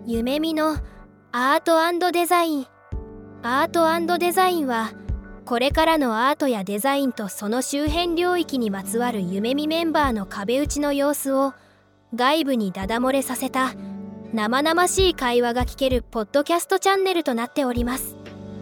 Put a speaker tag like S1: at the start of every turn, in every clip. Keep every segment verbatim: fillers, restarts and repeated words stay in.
S1: 夢見のアート&デザイン。アート&デザインはこれからのアートやデザインとその周辺領域にまつわる夢見メンバーの壁打ちの様子を外部にダダ漏れさせた生々しい会話が聞けるポッドキャストチャンネルとなっております。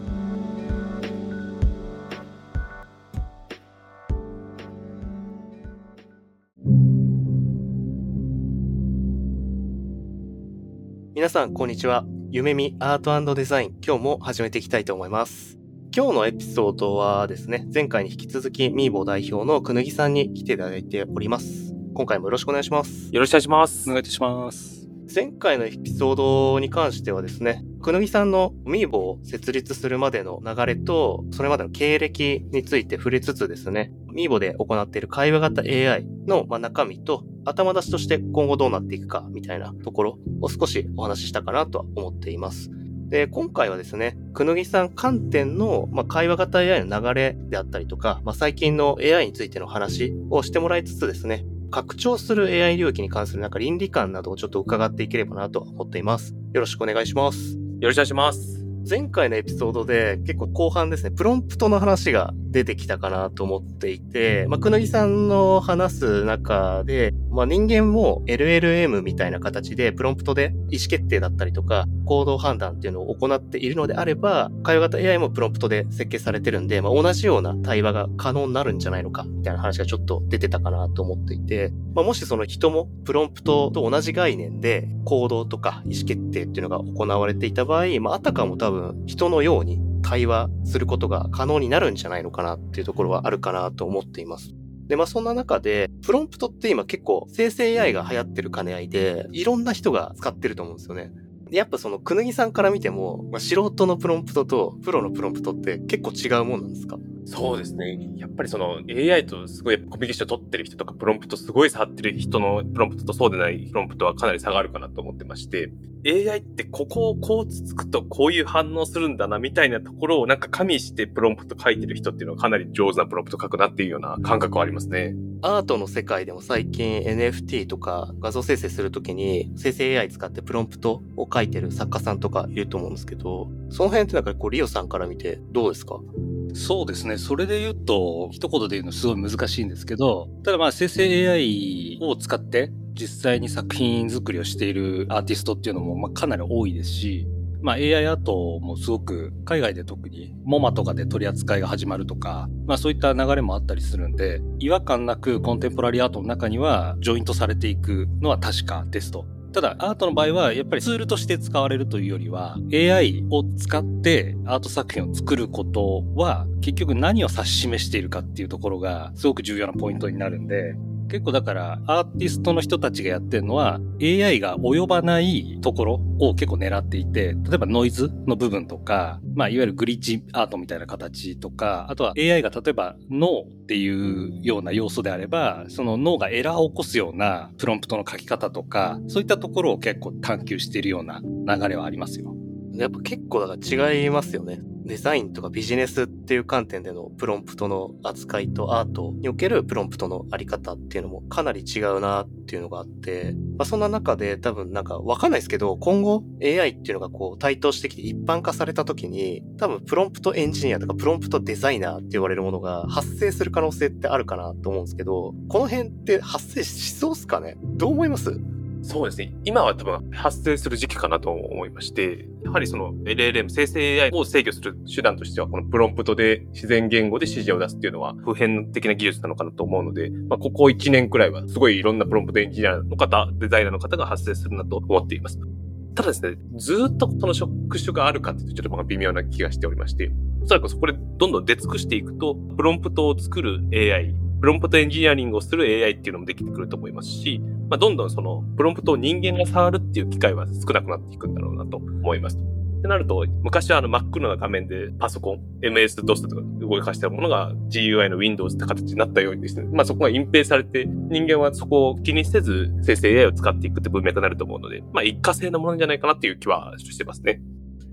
S2: 皆さんこんにちは。夢見アート&デザイン、今日も始めていきたいと思います。今日のエピソードはですね、前回に引き続きミーボ代表のくぬぎさんに来ていただいております。今回もよろしくお願いします。
S3: よろしくお願いします。
S4: お願いいたします。
S2: 前回のエピソードに関してはですね、くぬぎさんのミーボを設立するまでの流れと、それまでの経歴について触れつつですね、ミーボで行っている会話型 エーアイ の中身と、頭出しとして今後どうなっていくかみたいなところを少しお話ししたかなとは思っています。で、今回はですね、くぬぎさん観点の、まあ、会話型 エーアイ の流れであったりとか、まあ、最近の エーアイ についての話をしてもらいつつですね、拡張する エーアイ 領域に関するなんか倫理観などをちょっと伺っていければなと思っています。よろしくお願いします。
S3: よろしくお願いします。
S2: 前回のエピソードで結構後半ですね、プロンプトの話が出てきたかなと思っていて、まあ、くぬぎさんの話す中で、まあ、人間も エルエルエム みたいな形でプロンプトで意思決定だったりとか行動判断っていうのを行っているのであれば、会話型 エーアイ もプロンプトで設計されてるんで、まあ、同じような対話が可能になるんじゃないのかみたいな話がちょっと出てたかなと思っていて、まあ、もしその人もプロンプトと同じ概念で行動とか意思決定っていうのが行われていた場合、まあ、あたかも多分人のように対話することが可能になるんじゃないのかなっていうところはあるかなと思っています。で、まあそんな中で、プロンプトって今結構生成 エーアイ が流行ってる兼ね合いで、いろんな人が使ってると思うんですよね。で、やっぱそのくぬぎさんから見ても、まあ、素人のプロンプトとプロのプロンプトって結構違うもんなんですか？
S3: そうですね。やっぱりその エーアイ とすごいコミュニケーション取ってる人とかプロンプトすごい差ってる人のプロンプトとそうでないプロンプトはかなり差があるかなと思ってまして、エーアイ ってここをこうつつくとこういう反応するんだなみたいなところをなんか加味してプロンプト書いてる人っていうのはかなり上手なプロンプト書くなっていうような感覚はありますね。
S2: アートの世界でも最近 エヌエフティー とか画像生成するときに生成 エーアイ 使ってプロンプトを書いてる作家さんとかいると思うんですけど、その辺ってなんかこうリオさんから見てどうですか？
S4: そうですね。それで言うと、一言で言うのすごい難しいんですけど、ただまあ生成 エーアイ を使って実際に作品作りをしているアーティストっていうのもまあかなり多いですし、まあ エーアイ アートもすごく海外で特にモマとかで取り扱いが始まるとか、まあそういった流れもあったりするんで、違和感なくコンテンポラリーアートの中にはジョイントされていくのは確かですと。ただアートの場合はやっぱりツールとして使われるというよりは エーアイ を使ってアート作品を作ることは結局何を指し示しているかっていうところがすごく重要なポイントになるんで、結構だからアーティストの人たちがやってるのは エーアイ が及ばないところを結構狙っていて、例えばノイズの部分とか、まあいわゆるグリッジアートみたいな形とか、あとは エーアイ が例えば脳っていうような要素であれば、その脳がエラーを起こすようなプロンプトの書き方とか、そういったところを結構探求しているような流れはありますよ。
S2: やっぱ結構だから違いますよね。デザインとかビジネスっていう観点でのプロンプトの扱いとアートにおけるプロンプトのあり方っていうのもかなり違うなっていうのがあって、まあ、そんな中で多分なんかわかんないですけど、今後 エーアイ っていうのがこう台頭してきて一般化された時に、多分プロンプトエンジニアとかプロンプトデザイナーって言われるものが発生する可能性ってあるかなと思うんですけど、この辺って発生しそうっすかね？どう思います？
S3: そうですね。今は多分発生する時期かなと思いまして、やはりその エルエルエム、生成 エーアイ を制御する手段としては、このプロンプトで自然言語で指示を出すっていうのは普遍的な技術なのかなと思うので、まあ、ここいちねんくらいはすごいいろんなプロンプトエンジニアの方、デザイナーの方が発生するなと思っています。ただですね、ずーっとその職種があるかっていうとちょっとまあ微妙な気がしておりまして、おそらくそこでどんどん出尽くしていくと、プロンプトを作る エーアイ、プロンプトエンジニアリングをする エーアイ っていうのもできてくると思いますし、まあ、どんどんそのプロンプトを人間が触るっていう機会は少なくなっていくんだろうなと思います。ってなると、昔はあの真っ黒な画面でパソコン、エムエス ドス とか動かしたものが ジーユーアイ の Windows って形になったようにですね、まあそこが隠蔽されて人間はそこを気にせず生成 エーアイ を使っていくって文脈になると思うので、まあ一過性のものじゃないかなっていう気はしてますね。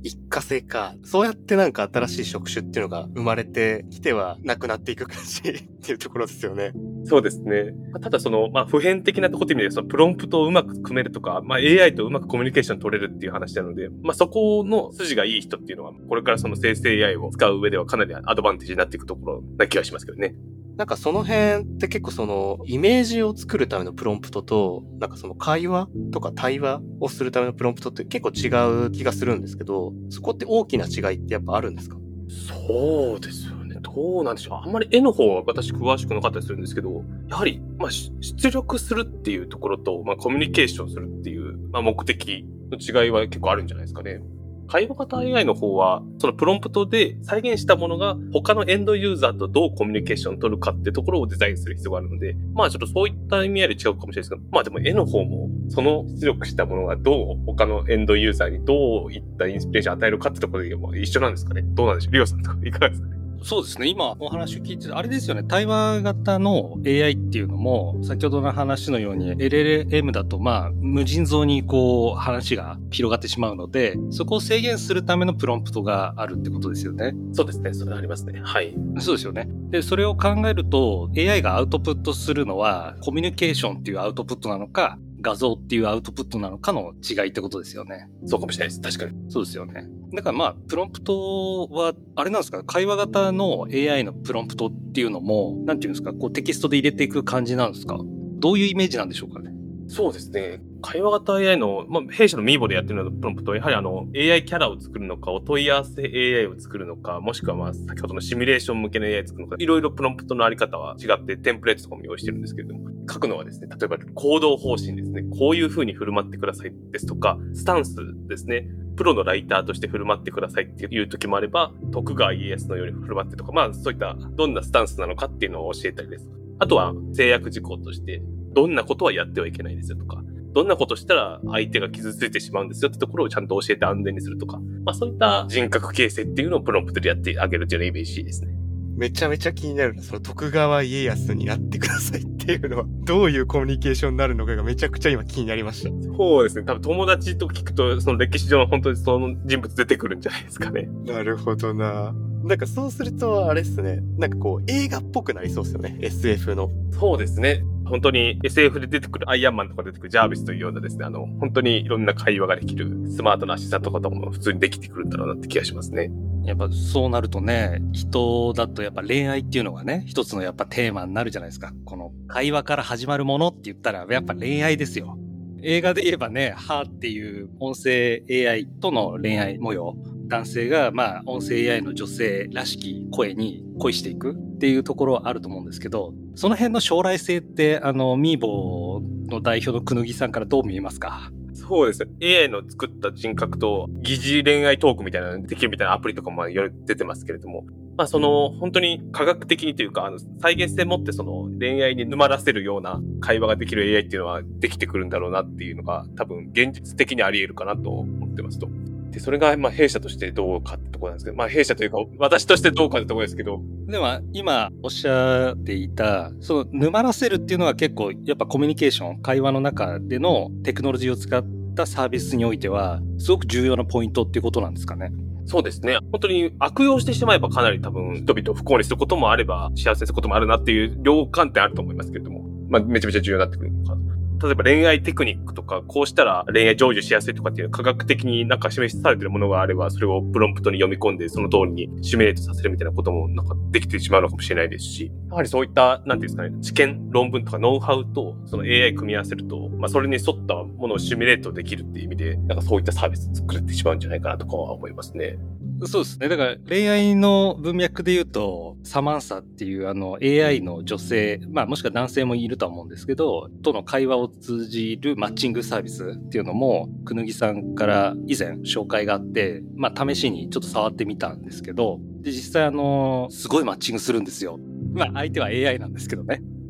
S2: 一過性か。そうやってなんか新しい職種っていうのが生まれてきてはなくなっていく感じっていうところですよね。
S3: そうですね。ただその、まあ、普遍的なところって意味で、そのプロンプトをうまく組めるとか、まあ、エーアイ とうまくコミュニケーション取れるっていう話なので、まあ、そこの筋がいい人っていうのは、これからその生成 エーアイ を使う上ではかなりアドバンテージになっていくところな気がしますけどね。
S2: なんかその辺って結構そのイメージを作るためのプロンプトと、なんかその会話とか対話をするためのプロンプトって結構違う気がするんですけど、そこって大きな違いってやっぱあるんですか？
S3: そうですよね。どうなんでしょう。あんまり絵の方は私詳しくなかったりするんですけど、やはり、まあ、出力するっていうところと、まあ、コミュニケーションするっていう、まあ、目的の違いは結構あるんじゃないですかね。会話型 エーアイ の方は、そのプロンプトで再現したものが他のエンドユーザーとどうコミュニケーションを取るかってところをデザインする必要があるので、まあちょっとそういった意味合いで違うかもしれないですけど、まあでも絵の方もその出力したものがどう他のエンドユーザーにどういったインスピレーションを与えるかってところでも一緒なんですかね。どうなんでしょう。リオさんとかいかがですかね。
S4: そうですね。今お話を聞いてて、あれですよね。対話型の エーアイ っていうのも、先ほどの話のように エルエルエム だと、まあ、無尽蔵にこう話が広がってしまうので、そこを制限するためのプロンプトがあるってことですよね。
S3: そうですね。それありますね。はい。
S4: そうですよね。で、それを考えると、エーアイ がアウトプットするのは、コミュニケーションっていうアウトプットなのか、画像っていうアウトプットなのかの違いってことですよね。
S3: そうかもしれないです。確かに。
S4: そうですよね。だからまあ、プロンプトは、あれなんですか、会話型の エーアイ のプロンプトっていうのも、なんていうんですか、こうテキストで入れていく感じなんですか？どういうイメージなんでしょうかね。
S3: そうですね。会話型 エーアイ の、まあ、弊社のミーボでやってるのプロンプトは、やはりあの、エーアイ キャラを作るのか、お問い合わせ エーアイ を作るのか、もしくはまあ、先ほどのシミュレーション向けの エーアイ を作るのか、いろいろプロンプトのあり方は違って、テンプレートとかも用意してるんですけれども、書くのはですね、例えば行動方針ですね、こういう風に振る舞ってくださいですとか、スタンスですね、プロのライターとして振る舞ってくださいっていう時もあれば、徳川家康のように振る舞ってとか、まあ、そういったどんなスタンスなのかっていうのを教えたりです。あとは、制約事項として、どんなことはやってはいけないですよとか、どんなことしたら相手が傷ついてしまうんですよってところをちゃんと教えて安全にするとか、まあそういった人格形成っていうのをプロンプトでやってあげるっていうのがイメージですね。
S2: めちゃめちゃ気になるな。その徳川家康になってくださいっていうのは、どういうコミュニケーションになるのかがめちゃくちゃ今気になりました。
S3: そうですね。多分友達と聞くと、その歴史上の本当にその人物出てくるんじゃないですかね。
S2: なるほどな。なんかそうするとあれですね。なんかこう映画っぽくなりそうですよね。エスエフ の。
S3: そうですね。本当に エスエフ で出てくるアイアンマンとか出てくるジャービスというようなですね、あの、本当にいろんな会話ができるスマートなアシスタントとかも普通にできてくるんだろうなって気がしますね。
S4: やっぱそうなるとね、人だとやっぱ恋愛っていうのがね、一つのやっぱテーマになるじゃないですか。この会話から始まるものって言ったらやっぱ恋愛ですよ。映画で言えばね、はーっていう音声 エーアイ との恋愛模様。男性がまあ音声 エーアイ の女性らしき声に恋していくっていうところはあると思うんですけど、その辺の将来性ってあのミーボの代表のくぬぎさんからどう見えますか？
S3: そうですね。エーアイ の作った人格と疑似恋愛トークみたいなのできるみたいなアプリとかもいろいろ出てますけれども、まあその本当に科学的にというか、あの再現性持ってその恋愛に沼らせるような会話ができる エーアイ っていうのはできてくるんだろうなっていうのが多分現実的にあり得るかなと思ってますと。で、それがまあ弊社としてどうかってところなんですけど、まあ弊社というか私としてどうかってところですけど。
S4: では今おっしゃっていた、その沼らせるっていうのは結構やっぱコミュニケーション、会話の中でのテクノロジーを使ったサービスにおいてはすごく重要なポイントっていうことなんですかね。
S3: そうですね。本当に悪用してしまえばかなり多分人々を不幸にすることもあれば幸せにすることもあるなっていう両観点あると思いますけれども、まあめちゃめちゃ重要になってくるのか。例えば恋愛テクニックとか、こうしたら恋愛成就しやすいとかっていう科学的になんか示されているものがあれば、それをプロンプトに読み込んで、その通りにシミュレートさせるみたいなこともなんかできてしまうのかもしれないですし、やはりそういった、なんていうんですかね、知見、論文とかノウハウと、その エーアイ 組み合わせると、まあそれに沿ったものをシミュレートできるっていう意味で、なんかそういったサービス作れてしまうんじゃないかなとかは思いますね。
S4: そうですね。だから恋愛の文脈で言うと、サマンサっていうあの エーアイ の女性、まあもしくは男性もいるとは思うんですけど、との会話を通じるマッチングサービスっていうのも、くぬぎさんから以前紹介があって、まあ試しにちょっと触ってみたんですけど、で実際あの、すごいマッチングするんですよ。まあ相手は エーアイ なんですけどね。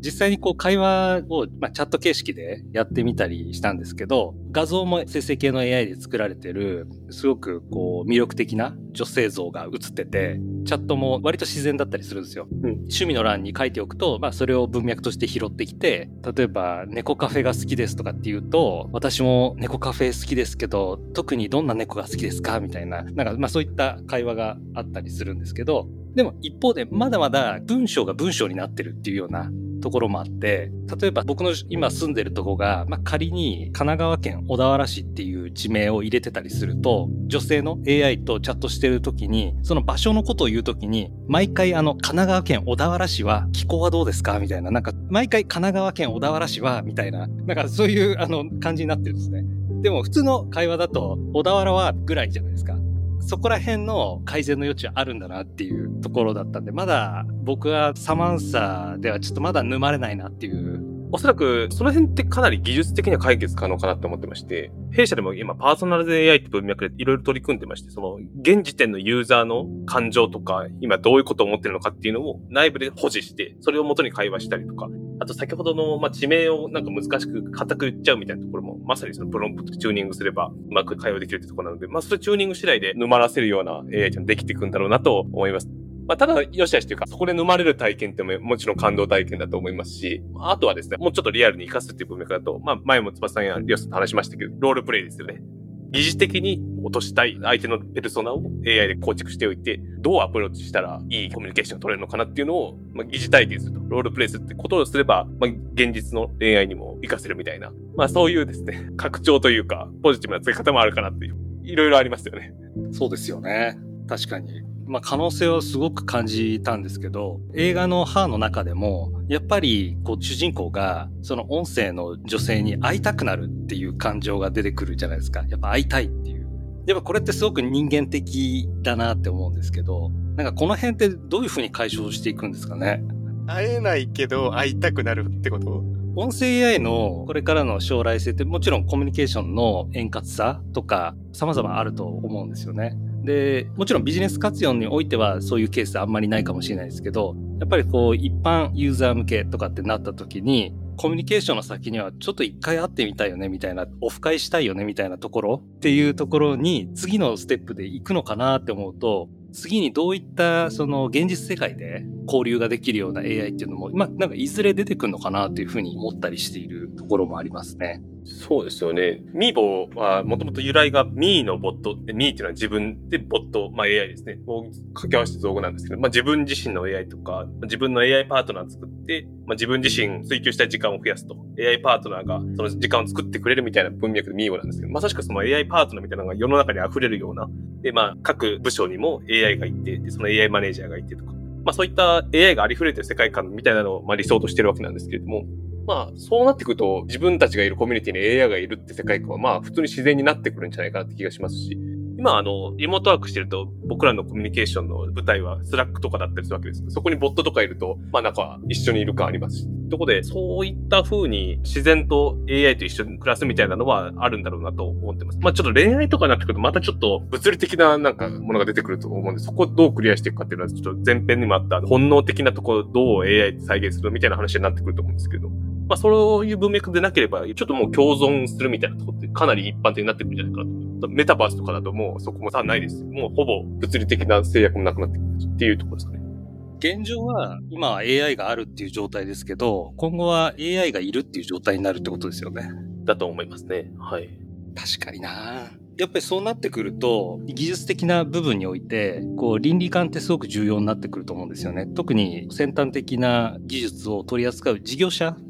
S4: 実際にこう会話を、まあ、チャット形式でやってみたりしたんですけど、画像も生成系の エーアイ で作られてる、すごくこう魅力的な女性像が映ってて、チャットも割と自然だったりするんですよ。うん、趣味の欄に書いておくと、まあそれを文脈として拾ってきて、例えば猫カフェが好きですとかっていうと、私も猫カフェ好きですけど、特にどんな猫が好きですかみたいな、なんかまあそういった会話があったりするんですけど、でも一方でまだまだ文章が文章になってるっていうようなところもあって、例えば僕の今住んでるとこが、まあ、仮に神奈川県小田原市っていう地名を入れてたりすると、女性の エーアイ とチャットしてる時に、その場所のことを言う時に、毎回あの神奈川県小田原市は気候はどうですかみたいな、なんか毎回神奈川県小田原市はみたいな、なんかそういうあの感じになってるんですね。でも普通の会話だと小田原はぐらいじゃないですか。そこら辺の改善の余地はあるんだなっていうところだったんで、まだ僕はサマンサではちょっとまだ沼れないなっていう。
S3: おそらくその辺ってかなり技術的には解決可能かなって思ってまして、弊社でも今パーソナルズ エーアイ って文脈でいろいろ取り組んでまして、その現時点のユーザーの感情とか、今どういうことを思ってるのかっていうのを内部で保持して、それを元に会話したりとか、あと先ほどのまあ地名をなんか難しく固く言っちゃうみたいなところも、まさにそのプロンプトチューニングすればうまく会話できるってところなので、まあそれチューニング次第で沼らせるような エーアイ ちゃんできていくんだろうなと思います。まあ、ただ、よしあしというか、そこで沼れる体験ってももちろん感動体験だと思いますし、あとはですね、もうちょっとリアルに活かすっていう文脈だと、まあ、前も翼さんやリオさんと話しましたけど、ロールプレイですよね。疑似的に落としたい相手のペルソナを エーアイ で構築しておいて、どうアプローチしたらいいコミュニケーションが取れるのかなっていうのを、まあ、疑似体験すると、ロールプレイするってことをすれば、まあ、現実の恋愛にも活かせるみたいな、まあ、そういうですね、拡張というか、ポジティブな使い方もあるかなっていう、いろいろありますよね。
S4: そうですよね。確かに。まあ、可能性をすごく感じたんですけど、映画のハーの中でも、やっぱり、こう、主人公が、その音声の女性に会いたくなるっていう感情が出てくるじゃないですか。やっぱ会いたいっていう。やっぱこれってすごく人間的だなって思うんですけど、なんかこの辺ってどういうふうに解消していくんですかね。
S2: 会えないけど会いたくなるってこと？
S4: 音声 エーアイ のこれからの将来性ってもちろんコミュニケーションの円滑さとか様々あると思うんですよね。で、もちろんビジネス活用においてはそういうケースあんまりないかもしれないですけど、やっぱりこう一般ユーザー向けとかってなった時に、コミュニケーションの先にはちょっと一回会ってみたいよねみたいな、オフ会したいよねみたいなところっていうところに次のステップで行くのかなって思うと、次にどういったその現実世界で交流ができるような エーアイ っていうのも、まあなんかいずれ出てくるのかなというふうに思ったりしているところもありますね。
S3: そうですよね。ミーボはもともと由来がミーのボット、ミーっていうのは自分でボット、まあ エーアイ ですね。を掛け合わせた造語なんですけど、まあ自分自身の エーアイ とか、自分の エーアイ パートナーを作って、まあ自分自身追求したい時間を増やすと。エーアイ パートナーがその時間を作ってくれるみたいな文脈でミーボなんですけど、まさしくその エーアイ パートナーみたいなのが世の中に溢れるような。で、まあ各部署にも エーアイ がいて、でその エーアイ マネージャーがいてとか。まあそういった エーアイ がありふれてる世界観みたいなのをまあ理想としてるわけなんですけれども、まあそうなってくると自分たちがいるコミュニティに エーアイ がいるって世界観はまあ普通に自然になってくるんじゃないかなって気がしますし、今あのリモートワークしてると僕らのコミュニケーションの舞台はスラックとかだったりするわけです。そこにボットとかいるとまあなんか一緒にいる感ありますし、とこでそういった風に自然と エーアイ と一緒に暮らすみたいなのはあるんだろうなと思ってます。まあちょっと恋愛とかになってくるとまたちょっと物理的ななんかものが出てくると思うんで、そこをどうクリアしていくかっていうのはちょっと前編にもあった本能的なところをどう エーアイ で再現するみたいな話になってくると思うんですけど、まあそういう文脈でなければちょっともう共存するみたいなところってかなり一般的になってくるんじゃないかなと思う。メタバースとかだともうそこもさないです。もうほぼ物理的な制約もなくなってくるっていうところですかね。
S4: 現状は今は エーアイ があるっていう状態ですけど、今後は エーアイ がいるっていう状態になるってことですよね。
S3: だと思いますね。はい。
S4: 確かにな。やっぱりそうなってくると、技術的な部分において、こう倫理観ってすごく重要になってくると思うんですよね。特に先端的な技術を取り扱う事業者って、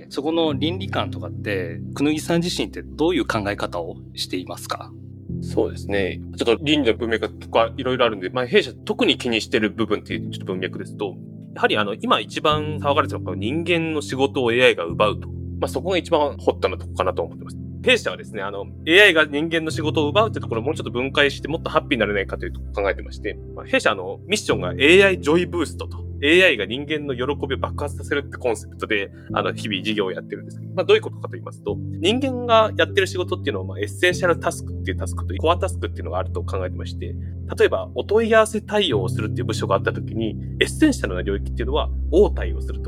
S4: そこの倫理観とかって、くぬぎさん自身ってどういう考え方をしていますか？
S3: そうですね。ちょっと倫理の文脈が結構いろいろあるんで、まあ弊社特に気にしてる部分っていうちょっと文脈ですと、やはりあの今一番騒がれてるのは人間の仕事を エーアイ が奪うと。まあそこが一番ホットなとこかなと思ってます。弊社はですね、あの エーアイ が人間の仕事を奪うってところをもうちょっと分解してもっとハッピーになれないかというところを考えてまして、まあ、弊社のミッションが エーアイ ジョイブーストと。エーアイ が人間の喜びを爆発させるってコンセプトで、あの、日々事業をやってるんですけど、まあ、どういうことかと言いますと、人間がやってる仕事っていうのは、まあ、エッセンシャルタスクっていうタスクと、コアタスクっていうのがあると考えてまして、例えば、お問い合わせ対応をするっていう部署があったときに、エッセンシャルな領域っていうのは、応対をするとか、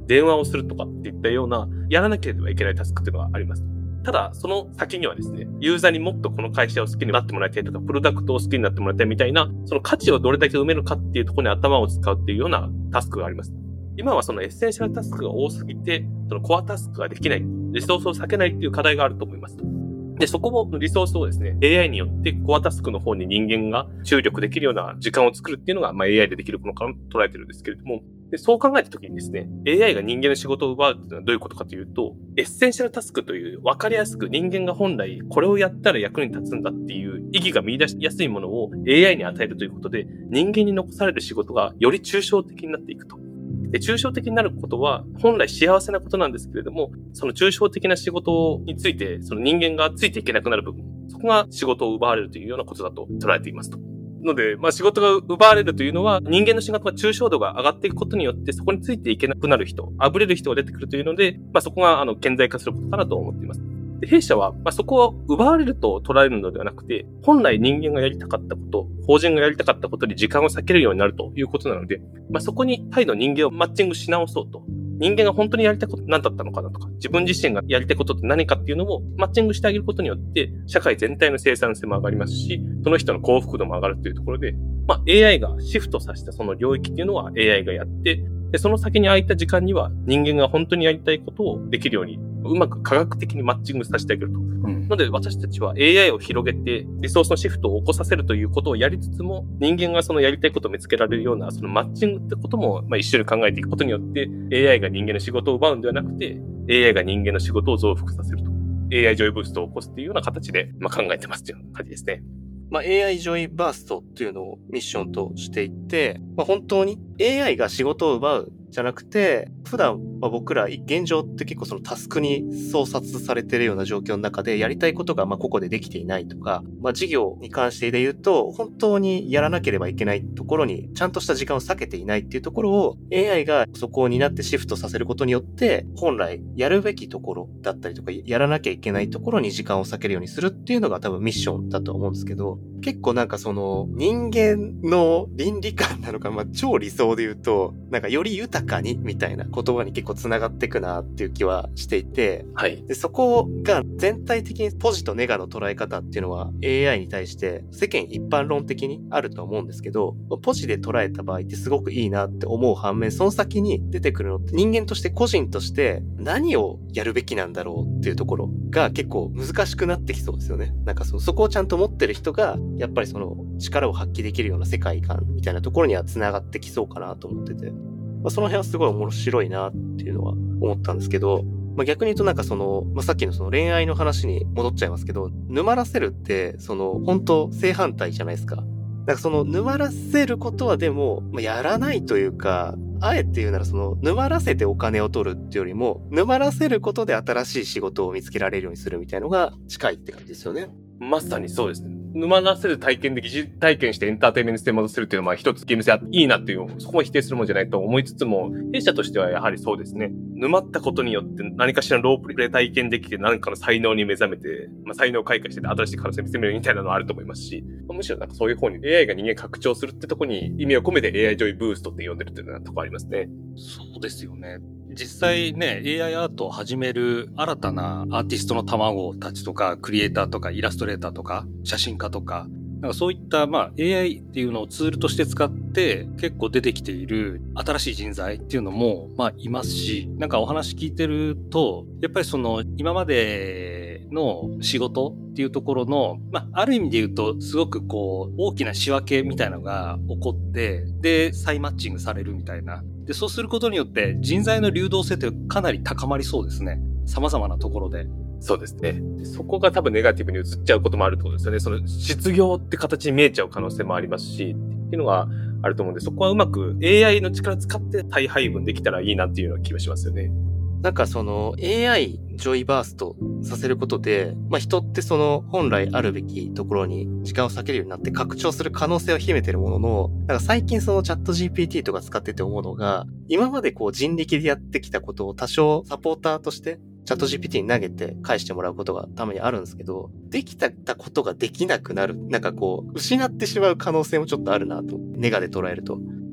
S3: 電話をするとかっていったような、やらなければいけないタスクっていうのがあります。ただ、その先にはですね、ユーザーにもっとこの会社を好きになってもらいたいとか、プロダクトを好きになってもらいたいみたいな、その価値をどれだけ埋めるかっていうところに頭を使うっていうようなタスクがあります。今はそのエッセンシャルタスクが多すぎて、そのコアタスクができない、リソースを避けないっていう課題があると思います。で、そこもリソースをですね、エーアイ によってコアタスクの方に人間が注力できるような時間を作るっていうのが、まあ エーアイ でできるものから捉えてるんですけれども、でそう考えたときにですね、エーアイ が人間の仕事を奪うっていうのはどういうことかというと、エッセンシャルタスクという分かりやすく人間が本来これをやったら役に立つんだっていう意義が見出しやすいものを エーアイ に与えるということで、人間に残される仕事がより抽象的になっていくと。で、抽象的になることは本来幸せなことなんですけれども、その抽象的な仕事について、その人間がついていけなくなる部分、そこが仕事を奪われるというようなことだと捉えていますと。ので、まあ仕事が奪われるというのは、人間の仕事が抽象度が上がっていくことによって、そこについていけなくなる人、あぶれる人が出てくるというので、まあそこがあの顕在化することかなと思っています。で弊社は、まあ、そこを奪われると捉えるのではなくて、本来人間がやりたかったこと、法人がやりたかったことに時間を割けるようになるということなので、まあ、そこに再度人間をマッチングし直そうと。人間が本当にやりたいこと何だったのかなとか、自分自身がやりたいことって何かっていうのをマッチングしてあげることによって、社会全体の生産性も上がりますし、その人の幸福度も上がるというところで、まあ、エーアイ がシフトさせたその領域っていうのは エーアイ がやって、で、その先に空いた時間には人間が本当にやりたいことをできるように、うまく科学的にマッチングさせてあげると。うん、なので私たちは エーアイ を広げてリソースのシフトを起こさせるということをやりつつも、人間がそのやりたいことを見つけられるようなそのマッチングってことも、まあ、一緒に考えていくことによって エーアイ が人間の仕事を奪うんではなくて エーアイ が人間の仕事を増幅させると。エーアイ ジョイブーストを起こすっていうような形で、まあ、考えてますという感じですね。
S2: まあ、エーアイ ジョイバーストっていうのをミッションとしていて、まあ、本当に エーアイ が仕事を奪うじゃなくて、普段は僕ら現状って結構そのタスクに操作されているような状況の中でやりたいことがまあ個々でできていないとか、まあ事業に関してで言うと本当にやらなければいけないところにちゃんとした時間を割けていないっていうところを エーアイ がそこを担ってシフトさせることによって本来やるべきところだったりとかやらなきゃいけないところに時間を割けるようにするっていうのが多分ミッションだと思うんですけど、結構なんかその人間の倫理観なのか、まあ超理想で言うとなんかより豊かにみたいな言葉に結構繋がっていくなっていう気はしていて、
S3: はい。
S2: で、そこが全体的にポジとネガの捉え方っていうのは エーアイ に対して世間一般論的にあると思うんですけど、ポジで捉えた場合ってすごくいいなって思う反面、その先に出てくるのって人間として個人として何をやるべきなんだろうっていうところが結構難しくなってきそうですよね。なんかそのそこをちゃんと持ってる人がやっぱりその力を発揮できるような世界観みたいなところには繋がってきそうかなと思ってて、まあ、その辺はすごい面白いなっていうのは思ったんですけど、まあ、逆に言うとなんかその、まあ、さっきのその恋愛の話に戻っちゃいますけど、沼らせるってその本当正反対じゃないですか。なんかその沼らせることはでも、まあ、やらないというか、あえて言うならその沼らせてお金を取るっていうよりも、沼らせることで新しい仕事を見つけられるようにするみたいのが近いって感じですよね。
S3: まさにそうですね。沼らせる体験で疑似体験してエンターテインメント性戻せるっていうのは、まあ一つゲーム性いいなっていう、そこも否定するもんじゃないと思いつつも、弊社としてはやはりそうですね。沼ったことによって何かしらのロープレイ体験できて何かの才能に目覚めて、まあ才能を開花して新しい可能性を見せるみたいなのはあると思いますし、まあ、むしろなんかそういう方に エーアイ が人間拡張するってとこに意味を込めて エーアイ ジョイブーストって呼んでるっていうようなとこありますね。
S4: そうですよね。実際ね、エーアイアートを始める新たなアーティストの卵たちとか、クリエイターとか、イラストレーターとか、写真家とか、なんかそういった、まあ、エーアイ っていうのをツールとして使って結構出てきている新しい人材っていうのも、まあ、いますし、なんかお話聞いてると、やっぱりその、今までの仕事っていうところの、まあ、ある意味で言うと、すごくこう、大きな仕分けみたいなのが起こって、で、再マッチングされるみたいな。で、そうすることによって人材の流動性ってかなり高まりそうですね。様々なところで。
S3: そうですね。そこが多分ネガティブに移っちゃうこともあるってことですよね。その失業って形に見えちゃう可能性もありますし、っていうのがあると思うんで、そこはうまく エーアイ の力使って再配分できたらいいなっていうような気がしますよね。
S2: なんかその エーアイ ジョイバーストさせることで、まあ人ってその本来あるべきところに時間を割けるようになって拡張する可能性を秘めてるものの、なんか最近そのチャット ジーピーティー とか使ってて思うのが、今までこう人力でやってきたことを多少サポーターとしてチャット ジーピーティー に投げて返してもらうことがたまにあるんですけど、できたことができなくなる。なんかこう、失ってしまう可能性もちょっとあるなと。ネガで捉えると。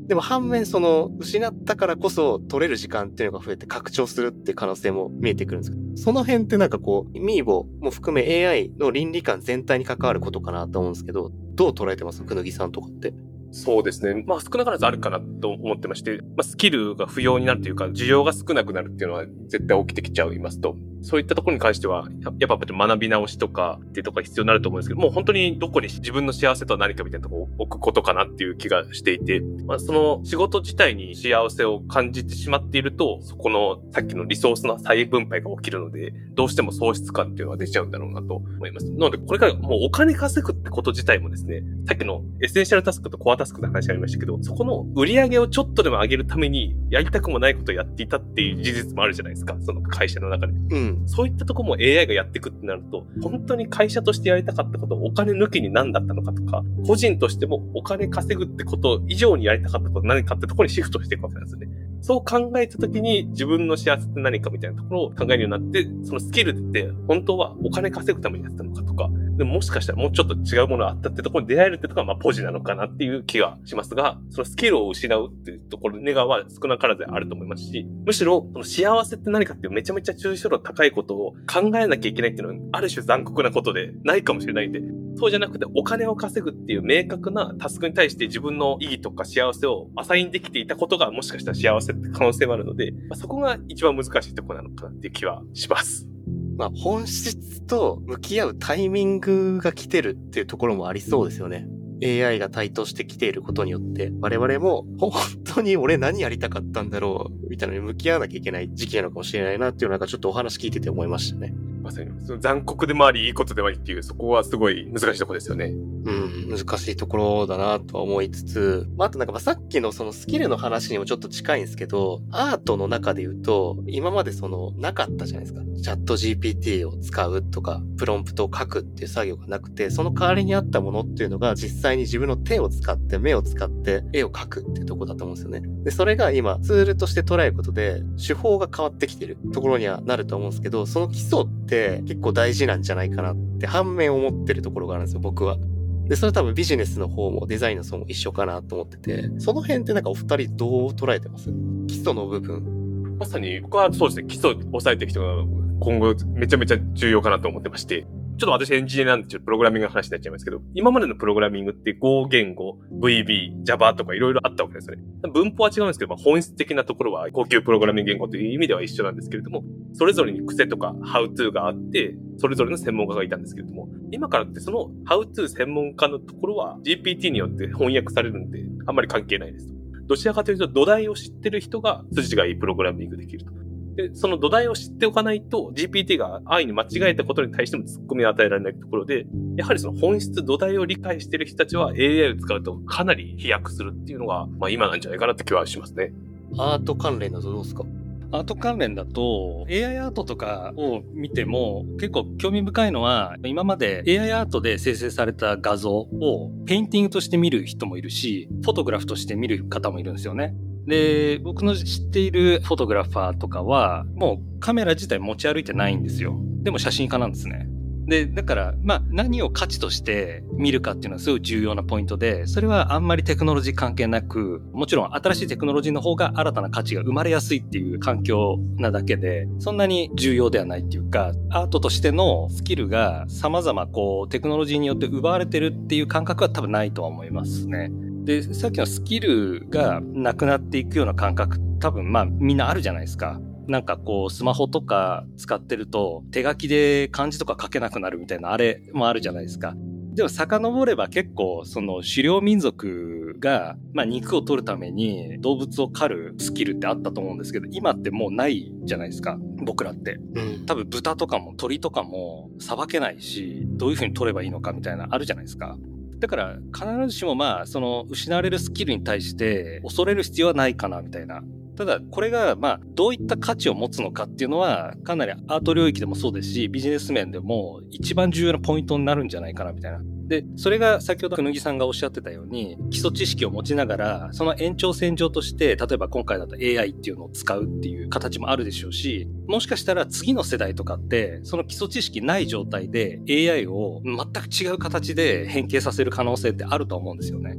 S2: でも反面その失ったからこそ取れる時間っていうのが増えて拡張するっていう可能性も見えてくるんですけど、その辺ってなんかこう、ミーボも含め エーアイ の倫理観全体に関わることかなと思うんですけど、どう捉えてます？くぬぎさんとかって。
S3: そうですね。まあ少なからずあるかなと思ってまして、まあスキルが不要になるというか、需要が少なくなるっていうのは絶対起きてきちゃいますと。そういったところに関しては、やっぱ学び直しとかっていうところが必要になると思うんですけど、もう本当にどこに自分の幸せとは何かみたいなところを置くことかなっていう気がしていて、まあその仕事自体に幸せを感じてしまっていると、そこのさっきのリソースの再分配が起きるので、どうしても喪失感っていうのは出ちゃうんだろうなと思います。なのでこれからもうお金稼ぐってこと自体もですね、さっきのエッセンシャルタスクとコアタスクの話ありましたけど、そこの売り上げをちょっとでも上げるためにやりたくもないことをやっていたっていう事実もあるじゃないですか、その会社の中で。
S2: うん。
S3: そういったところも エーアイ がやっていくってなると、本当に会社としてやりたかったことをお金抜きに何だったのかとか、個人としてもお金稼ぐってこと以上にやりたかったことは何かってところにシフトしていくわけなんですよね。そう考えたときに自分の幸せって何かみたいなところを考えるようになって、そのスキルって本当はお金稼ぐためにやってたのかとか、でももしかしたらもうちょっと違うものがあったってところに出会えるってところはまあポジなのかなっていう気がしますが、そのスキルを失うっていうところ、ネガは少なからずあると思いますし、むしろその幸せって何かっていうめちゃめちゃ抽象度高いことを考えなきゃいけないっていうのはある種残酷なことでないかもしれないんで、そうじゃなくてお金を稼ぐっていう明確なタスクに対して自分の意義とか幸せをアサインできていたことがもしかしたら幸せって可能性もあるので、まあ、そこが一番難しいところなのかなっていう気はします。
S2: まあ本質と向き合うタイミングが来てるっていうところもありそうですよね。エーアイ が台頭してきていることによって我々も本当に俺何やりたかったんだろうみたいなのに向き合わなきゃいけない時期なのかもしれないなっていうのがちょっとお話聞いてて思いましたね。
S3: まさにその残酷でもありいいことでもありっていう、そこはすごい難しいところですよね。
S2: うん、難しいところだなとは思いつつ、まあ、あとなんかまあさっきのそのスキルの話にもちょっと近いんですけど、アートの中で言うと今までそのなかったじゃないですか。チャット ジーピーティー を使うとかプロンプトを書くっていう作業がなくて、その代わりにあったものっていうのが実際に自分の手を使って目を使って絵を描くっていうところだと思うんですよね。でそれが今ツールとして捉えることで手法が変わってきてるところにはなると思うんですけど、その基礎って結構大事なんじゃないかなって反面思ってるところがあるんですよ、僕は。で、それ多分ビジネスの方もデザインの方も一緒かなと思ってて、その辺ってなんかお二人どう捉えてます？基礎の部分。
S3: まさに僕はそうですね、基礎を押さえていく人が今後めちゃめちゃ重要かなと思ってまして、ちょっと私エンジニアなんでちょっとプログラミングの話になっちゃいますけど、今までのプログラミングって Go 言語、ブイビー、Java とかいろいろあったわけですよね。文法は違うんですけど、まあ、本質的なところは高級プログラミング言語という意味では一緒なんですけれども、それぞれに癖とか How to があって、それぞれの専門家がいたんですけれども、今からってその How to 専門家のところは ジーピーティー によって翻訳されるんで、あんまり関係ないです。どちらかというと土台を知ってる人が筋がいいプログラミングできると。で、その土台を知っておかないと ジーピーティー が安易に間違えたことに対しても突っ込みを与えられないところで、やはりその本質土台を理解している人たちは エーアイ を使うとかなり飛躍するっていうのが、まあ今なんじゃないかなって気はしますね。
S2: アート関連だとどうですか？
S4: アート関連だと エーアイ アートとかを見ても結構興味深いのは、今まで エーアイ アートで生成された画像をペインティングとして見る人もいるし、フォトグラフとして見る方もいるんですよね。で、僕の知っているフォトグラファーとかはもうカメラ自体持ち歩いてないんですよ。でも写真家なんですね。で、だから、まあ、何を価値として見るかっていうのはすごい重要なポイントで、それはあんまりテクノロジー関係なく、もちろん新しいテクノロジーの方が新たな価値が生まれやすいっていう環境なだけで、そんなに重要ではないっていうか、アートとしてのスキルが様々こう、テクノロジーによって奪われてるっていう感覚は多分ないとは思いますね。で、さっきのスキルがなくなっていくような感覚、多分まあみんなあるじゃないですか。なんかこうスマホとか使ってると手書きで漢字とか書けなくなるみたいなあれもあるじゃないですか。でも遡れば結構その狩猟民族がまあ肉を取るために動物を狩るスキルってあったと思うんですけど、今ってもうないじゃないですか、僕らって。多分豚とかも鳥とかもさばけないし、どういう風に取ればいいのかみたいなあるじゃないですか。だから必ずしもまあその失われるスキルに対して恐れる必要はないかなみたいな。ただこれがまあどういった価値を持つのかっていうのはかなりアート領域でもそうですし、ビジネス面でも一番重要なポイントになるんじゃないかなみたいな。で、それが先ほどくぬぎさんがおっしゃってたように、基礎知識を持ちながらその延長線上として例えば今回だと エーアイ っていうのを使うっていう形もあるでしょうし、もしかしたら次の世代とかってその基礎知識ない状態で エーアイ を全く違う形で変形させる可能性ってあると思うんですよね。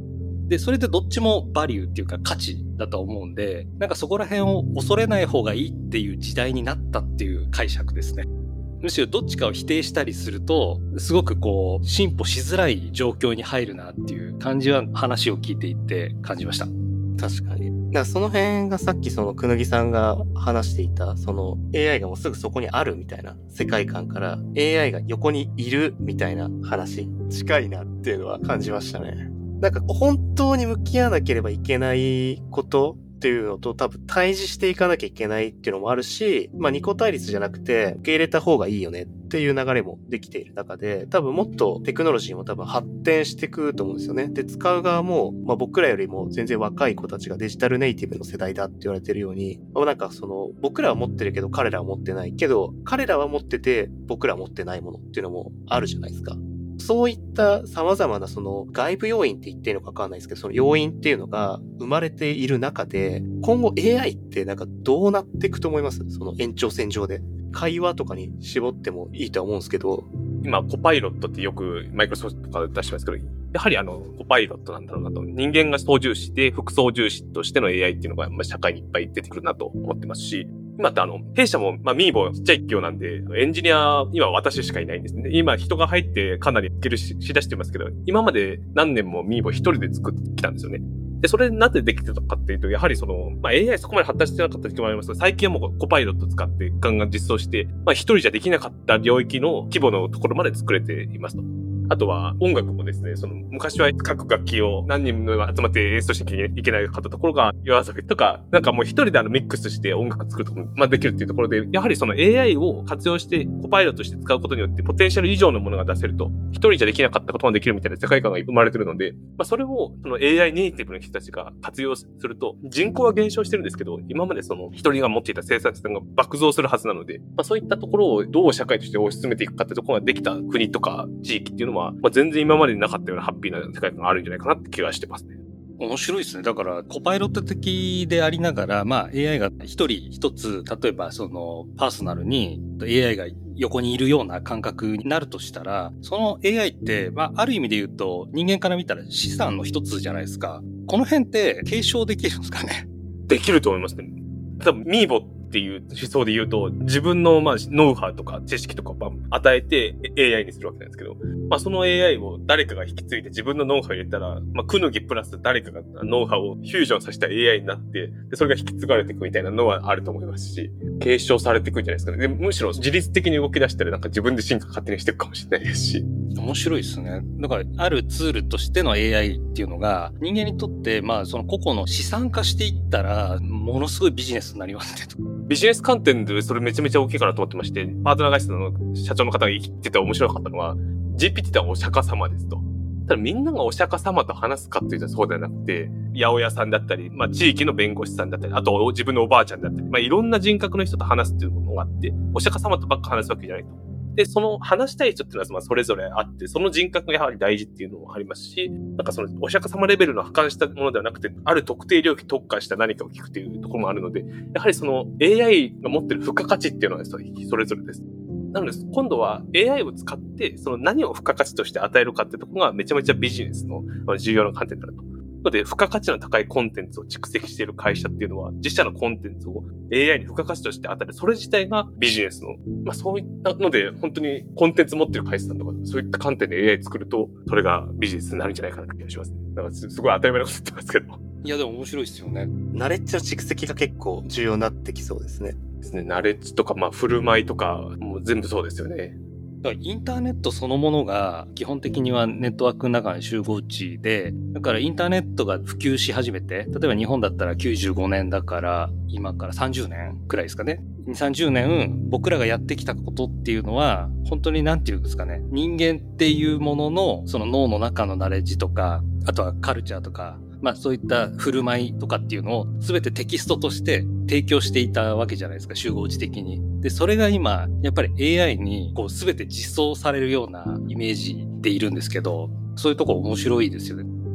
S4: で、それでどっちもバリューっていうか価値だと思うんで、なんかそこら辺を恐れない方がいいっていう時代になったっていう解釈ですね。むしろどっちかを否定したりすると、すごくこう、進歩しづらい状況に入るなっていう感じは話を聞いていて感じました。
S2: 確かに。だからその辺がさっきそのくぬぎさんが話していた、その エーアイ がもうすぐそこにあるみたいな世界観から エーアイ が横にいるみたいな話、近いなっていうのは感じましたね。なんか本当に向き合わなければいけないことっていうのと多分対峙していかなきゃいけないっていうのもあるし、まあ二項対立じゃなくて受け入れた方がいいよねっていう流れもできている中で、多分もっとテクノロジーも多分発展していくと思うんですよね。で、使う側も、まあ僕らよりも全然若い子たちがデジタルネイティブの世代だって言われてるように、まあ、なんかその僕らは持ってるけど彼らは持ってないけど、彼らは持ってて僕らは持ってないものっていうのもあるじゃないですか。そういった様々なその外部要因って言っていいのかわかんないですけど、その要因っていうのが生まれている中で、今後 エーアイ ってなんかどうなっていくと思います？その延長線上で。会話とかに絞ってもいいとは思うんですけど。
S3: 今、コパイロットってよくマイクロソフトとかで出してますけど、やはりあの、コパイロットなんだろうなと。人間が操縦士で、副操縦士としての エーアイ っていうのが、まあ、社会にいっぱい出てくるなと思ってますし、今ってあの、弊社も、まあ、ミーボちっちゃい企業なんで、エンジニア、今私しかいないんですね。今、人が入ってかなりスキルししだしてますけど、今まで何年もミーボ一人で作ってきたんですよね。で、それなぜできてたかっていうと、やはりその、まあ、エーアイ そこまで発達してなかった時もありますけど、最近はもうコパイロット使ってガンガン実装して、まあ、一人じゃできなかった領域の規模のところまで作れていますと。あとは音楽もですね、その昔は各楽器を何人も集まって演奏しなきゃいけないかったところが、夜遊びとか、なんかもう一人であのミックスして音楽作るとかも、まあ、できるっていうところで、やはりその エーアイ を活用してコパイロットして使うことによってポテンシャル以上のものが出せると、一人じゃできなかったことができるみたいな世界観が生まれてるので、まあそれをその エーアイ ネイティブの人たちが活用すると、人口は減少してるんですけど、今までその一人が持っていた生産性が爆増するはずなので、まあそういったところをどう社会として推し進めていくかってところができた国とか地域っていうのは、まあ全然今今までになかったようなハッピーな世界観があるんじゃないかなって気がしてますね。
S4: 面白いですね。だから、コパイロット的でありながら、まあ エーアイ が一人一つ、例えばそのパーソナルに エーアイ が横にいるような感覚になるとしたら、その エーアイって、まあある意味で言うと人間から見たら資産の一つじゃないですか。この辺って継承できるんですかね？
S3: できると思いますね。多分、ミーボっていう思想で言うと、自分のまあノウハウとか知識とかを与えて エーアイ にするわけなんですけど、まあその エーアイ を誰かが引き継いで自分のノウハウを入れたら、まあクヌギプラス誰かがノウハウをフュージョンさせた エーアイ になって、でそれが引き継がれていくみたいなのはあると思いますし、継承されていくんじゃないですかね。でむしろ自律的に動き出したらなんか自分で進化勝手にしていくかもしれないですし。
S4: 面白いですね。だから、あるツールとしての エーアイ っていうのが、人間にとって、まあ、その個々の資産化していったら、ものすごいビジネスになりますね。
S3: ビジネス観点でそれめちゃめちゃ大きいかなと思ってまして、パートナー会社の社長の方が言ってて面白かったのは、ジーピーティー ってお釈迦様ですと。ただみんながお釈迦様と話すかっていうとそうではなくて、八百屋さんだったり、まあ地域の弁護士さんだったり、あと自分のおばあちゃんだったり、まあいろんな人格の人と話すっていうのがあって、お釈迦様とばっか話すわけじゃないと。で、その話したい人っていうのはまあそれぞれあって、その人格がやはり大事っていうのもありますし、なんかそのお釈迦様レベルの俯瞰したものではなくて、ある特定領域特化した何かを聞くっていうところもあるので、やはりその エーアイ が持ってる付加価値っていうのはそれぞれです。なので、今度は エーアイ を使って、その何を付加価値として与えるかってところがめちゃめちゃビジネスの重要な観点になると。なので、付加価値の高いコンテンツを蓄積している会社っていうのは、自社のコンテンツを エーアイ に付加価値として与える。それ自体がビジネスの。まあそういったので、本当にコンテンツ持ってる会社さんとか、そういった観点で エーアイ 作ると、それがビジネスになるんじゃないかなって気がしますね。だからすごい当たり前なこと言ってますけど。
S4: いや、でも面白いですよね。
S2: ナレッジの蓄積が結構重要になってきそうですね。
S3: ですね。ナレッジとか、まあ振る舞いとか、もう全部そうですよね。
S4: だからインターネットそのものが基本的にはネットワークの中の集合値で、だからインターネットが普及し始めて、例えば日本だったらきゅうじゅうごねんだから、今からさんじゅうねんくらいですかね。にじゅう、さんじゅうねん僕らがやってきたことっていうのは、本当になんていうんですかね、人間っていうもののその脳の中のナレッジとか、あとはカルチャーとか、まあそういった振る舞いとかっていうのを全てテキストとして提供していたわけじゃないですか、集合値的に。で、それが今、やっぱり エーアイ にこう全て実装されるようなイメージでいるんですけど、そういうところ面白いですよね。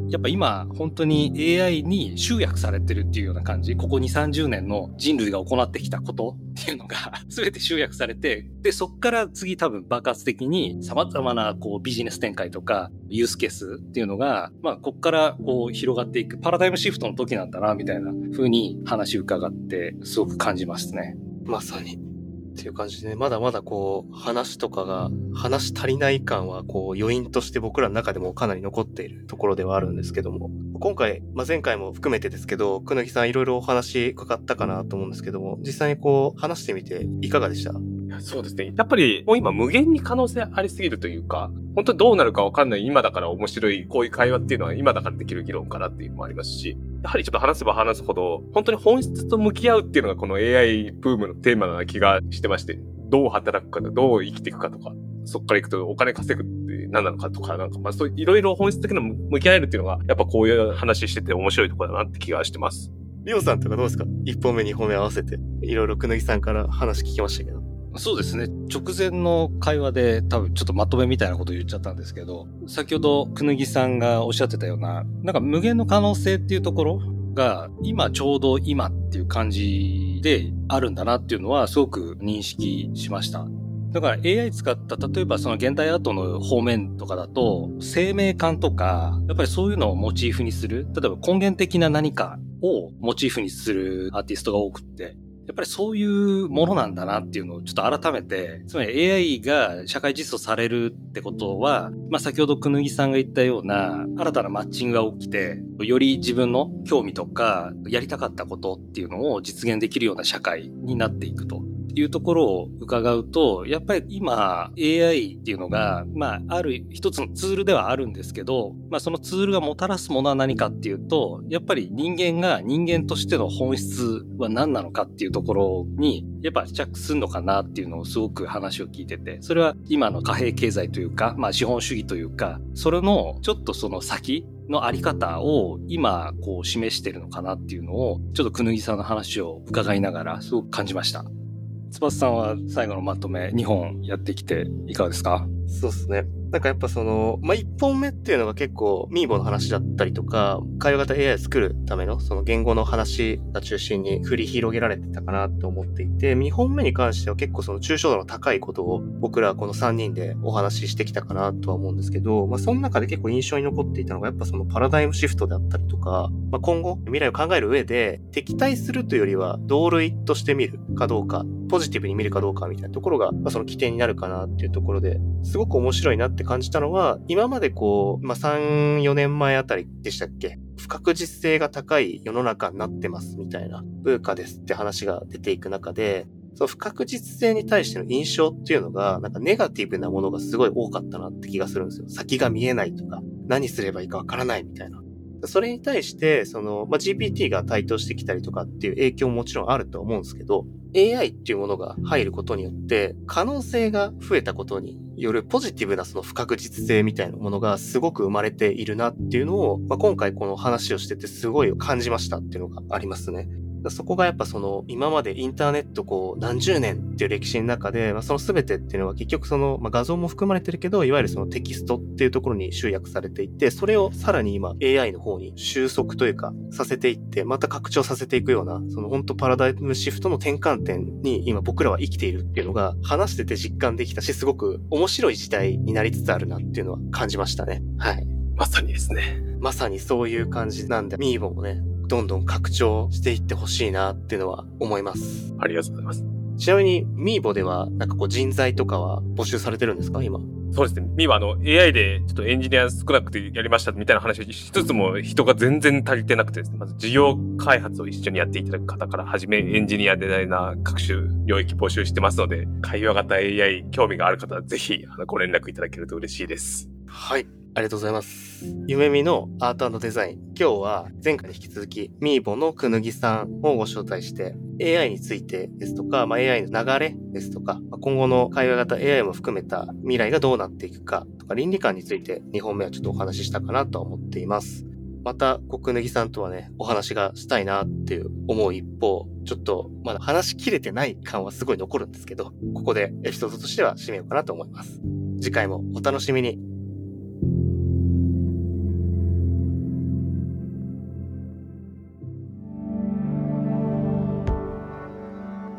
S4: やっぱ今本当に エーアイ に集約されてるっていうような感じ。ここにじゅう、さんじゅうねんの人類が行ってきたことっていうのが全て集約されて、で、そっから次多分爆発的に様々なこうビジネス展開とかユースケースっていうのが、まあこっからこう広がっていくパラダイムシフトの時なんだなみたいな風に話伺ってすごく感じますね。
S2: まさに。っていう感じでね、まだまだこう、話とかが、話し足りない感は、こう、余韻として僕らの中でもかなり残っているところではあるんですけども、今回、まあ、前回も含めてですけど、くぬぎさんいろいろお話伺ったかなと思うんですけども、実際にこう、話してみていかがでした？
S3: いやそうですね。やっぱり、もう今無限に可能性ありすぎるというか、本当にどうなるかわかんない今だから面白い、こういう会話っていうのは今だからできる議論かなっていうのもありますし、やはりちょっと話せば話すほど、本当に本質と向き合うっていうのがこの エーアイ ブームのテーマな気がしてまして、どう働くか、どう生きていくかとか、そっから行くとお金稼ぐって何なのかとか、なんかまあそういろいろ本質的な向き合えるっていうのが、やっぱこういう話してて面白いところだなって気がしてます。
S2: リオさんとかどうですか？いっぽんめにほんめ合わせて、いろいろくぬぎさんから話聞きましたけど。
S4: そうですね。直前の会話で多分ちょっとまとめみたいなことを言っちゃったんですけど、先ほどくぬぎさんがおっしゃってたような、なんか無限の可能性っていうところが、今ちょうど今っていう感じであるんだなっていうのはすごく認識しました。だから エーアイ 使った、例えばその現代アートの方面とかだと、生命感とか、やっぱりそういうのをモチーフにする、例えば根源的な何かをモチーフにするアーティストが多くって、やっぱりそういうものなんだなっていうのをちょっと改めて、つまり エーアイ が社会実装されるってことは、まあ先ほどくぬぎさんが言ったような新たなマッチングが起きて、より自分の興味とかやりたかったことっていうのを実現できるような社会になっていくというところを伺うと、やっぱり今 エーアイ っていうのが、まあある一つのツールではあるんですけど、まあそのツールがもたらすものは何かっていうと、やっぱり人間が人間としての本質は何なのかっていうところに、やっぱ着するのかなっていうのをすごく話を聞いてて、それは今の貨幣経済というか、まあ資本主義というか、それのちょっとその先のあり方を今こう示してるのかなっていうのを、ちょっとくぬぎさんの話を伺いながらすごく感じました。翼さんは最後のまとめにほんやってきていかがですか？
S2: そうですね。なんかやっぱその、まあ、いっぽんめっていうのが結構ミーボの話だったりとか、会話型 エーアイ を作るためのその言語の話が中心に振り広げられてたかなと思っていて、にほんめに関しては結構その抽象度の高いことを僕らはこのさんにんでお話ししてきたかなとは思うんですけど、まあ、その中で結構印象に残っていたのがやっぱそのパラダイムシフトであったりとか、まあ、今後未来を考える上で敵対するというよりは同類として見るかどうか、ポジティブに見るかどうかみたいなところが、まあ、その起点になるかなっていうところですごく面白いなって感じたのは、今までこう、まあ、さん、よねんまえあたりでしたっけ？不確実性が高い世の中になってますみたいな、ブーカですって話が出ていく中で、その不確実性に対しての印象っていうのが、なんかネガティブなものがすごい多かったなって気がするんですよ。先が見えないとか、何すればいいかわからないみたいな。それに対して、その、まあ、ジーピーティー が台頭してきたりとかっていう影響ももちろんあると思うんですけど、エーアイ っていうものが入ることによって、可能性が増えたことによるポジティブなその不確実性みたいなものがすごく生まれているなっていうのを、まあ、今回この話をしててすごい感じましたっていうのがありますね。そこがやっぱその今までインターネットこう何十年っていう歴史の中で、まあ、その全てっていうのは結局その、まあ、画像も含まれてるけど、いわゆるそのテキストっていうところに集約されていて、それをさらに今 エーアイ の方に収束というかさせていって、また拡張させていくような、その本当パラダイムシフトの転換点に今僕らは生きているっていうのが話してて実感できたし、すごく面白い時代になりつつあるなっていうのは感じましたね。はい。
S3: まさにですね。
S2: まさにそういう感じなんで、ミーボもね、どんどん拡張していってほしいなっていうのは思います。
S3: ありがとうございます。
S2: ちなみに、ミーボでは、なんかこう人材とかは募集されてるんですか、今？
S3: そうですね。ミーはあの エーアイ でちょっとエンジニア少なくてやりましたみたいな話をしつつも人が全然足りてなくてですね、まず事業開発を一緒にやっていただく方からはじめエンジニアデザイナー各種領域募集してますので、会話型 エーアイ 興味がある方はぜひご連絡いただけると嬉しいです。
S2: はい。ありがとうございます。ゆめみのアート&デザイン。今日は前回に引き続きミーボのくぬぎさんをご招待して エーアイ についてですとか、まあ、エーアイ の流れですとか、今後の会話型 エーアイ も含めた未来がどうなっていくかとか倫理観についてにほんめはちょっとお話ししたかなと思っています。また、くぬぎさんとはね、お話がしたいなっていう思う一方、ちょっとまだ話しきれてない感はすごい残るんですけど、ここでエピソードとしては締めようかなと思います。次回もお楽しみに。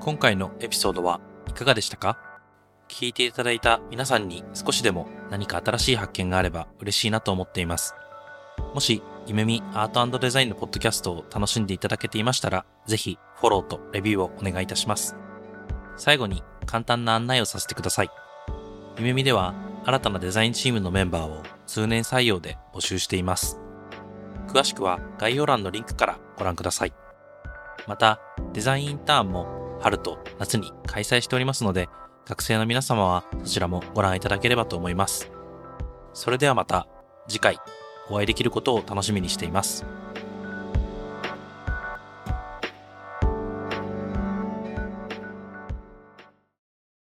S5: 今回のエピソードはいかがでしたか？聞いていただいた皆さんに少しでも何か新しい発見があれば嬉しいなと思っています。もし、ゆめみアート&デザインのポッドキャストを楽しんでいただけていましたら、ぜひフォローとレビューをお願いいたします。最後に簡単な案内をさせてください。ゆめみでは新たなデザインチームのメンバーを通年採用で募集しています。詳しくは概要欄のリンクからご覧ください。また、デザインインターンも春と夏に開催しておりますので、学生の皆様はそちらもご覧いただければと思います。それではまた次回お会いできることを楽しみにしています。